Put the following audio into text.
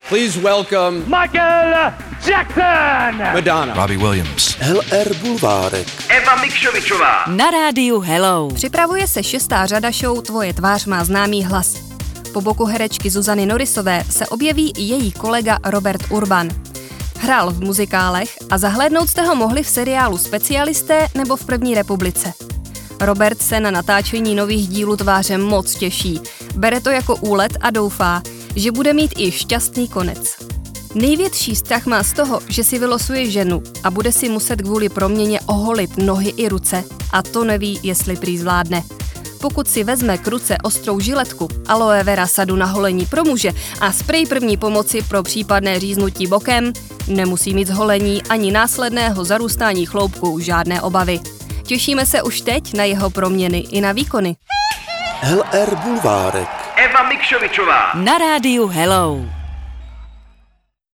Please welcome Michael Jackson, Madonna, Robbie Williams, LR Bulvárek, Eva Mikšovičová. Na rádiu Hello. Připravuje se 6. řada show Tvoje tvář má známý hlas. Po boku herečky Zuzany Norrisové se objeví i její kolega Robert Urban. Hrál v muzikálech a zahlédnout jste ho mohli v seriálu Specialisté nebo v První republice. Robert se na natáčení nových dílů Tváře moc těší. Bere to jako úlet a doufá, že bude mít i šťastný konec. Největší strach má z toho, že si vylosuje ženu a bude si muset kvůli proměně oholit nohy i ruce a to neví, jestli prý zvládne. Pokud si vezme k ruce ostrou žiletku, aloe vera sadu na holení pro muže a sprej první pomoci pro případné říznutí bokem, nemusí mít z holení ani následného zarůstání chloupků žádné obavy. Těšíme se už teď na jeho proměny i na výkony. LR Bulvárek. Eva Mikšovičová. Na rádiu Hello.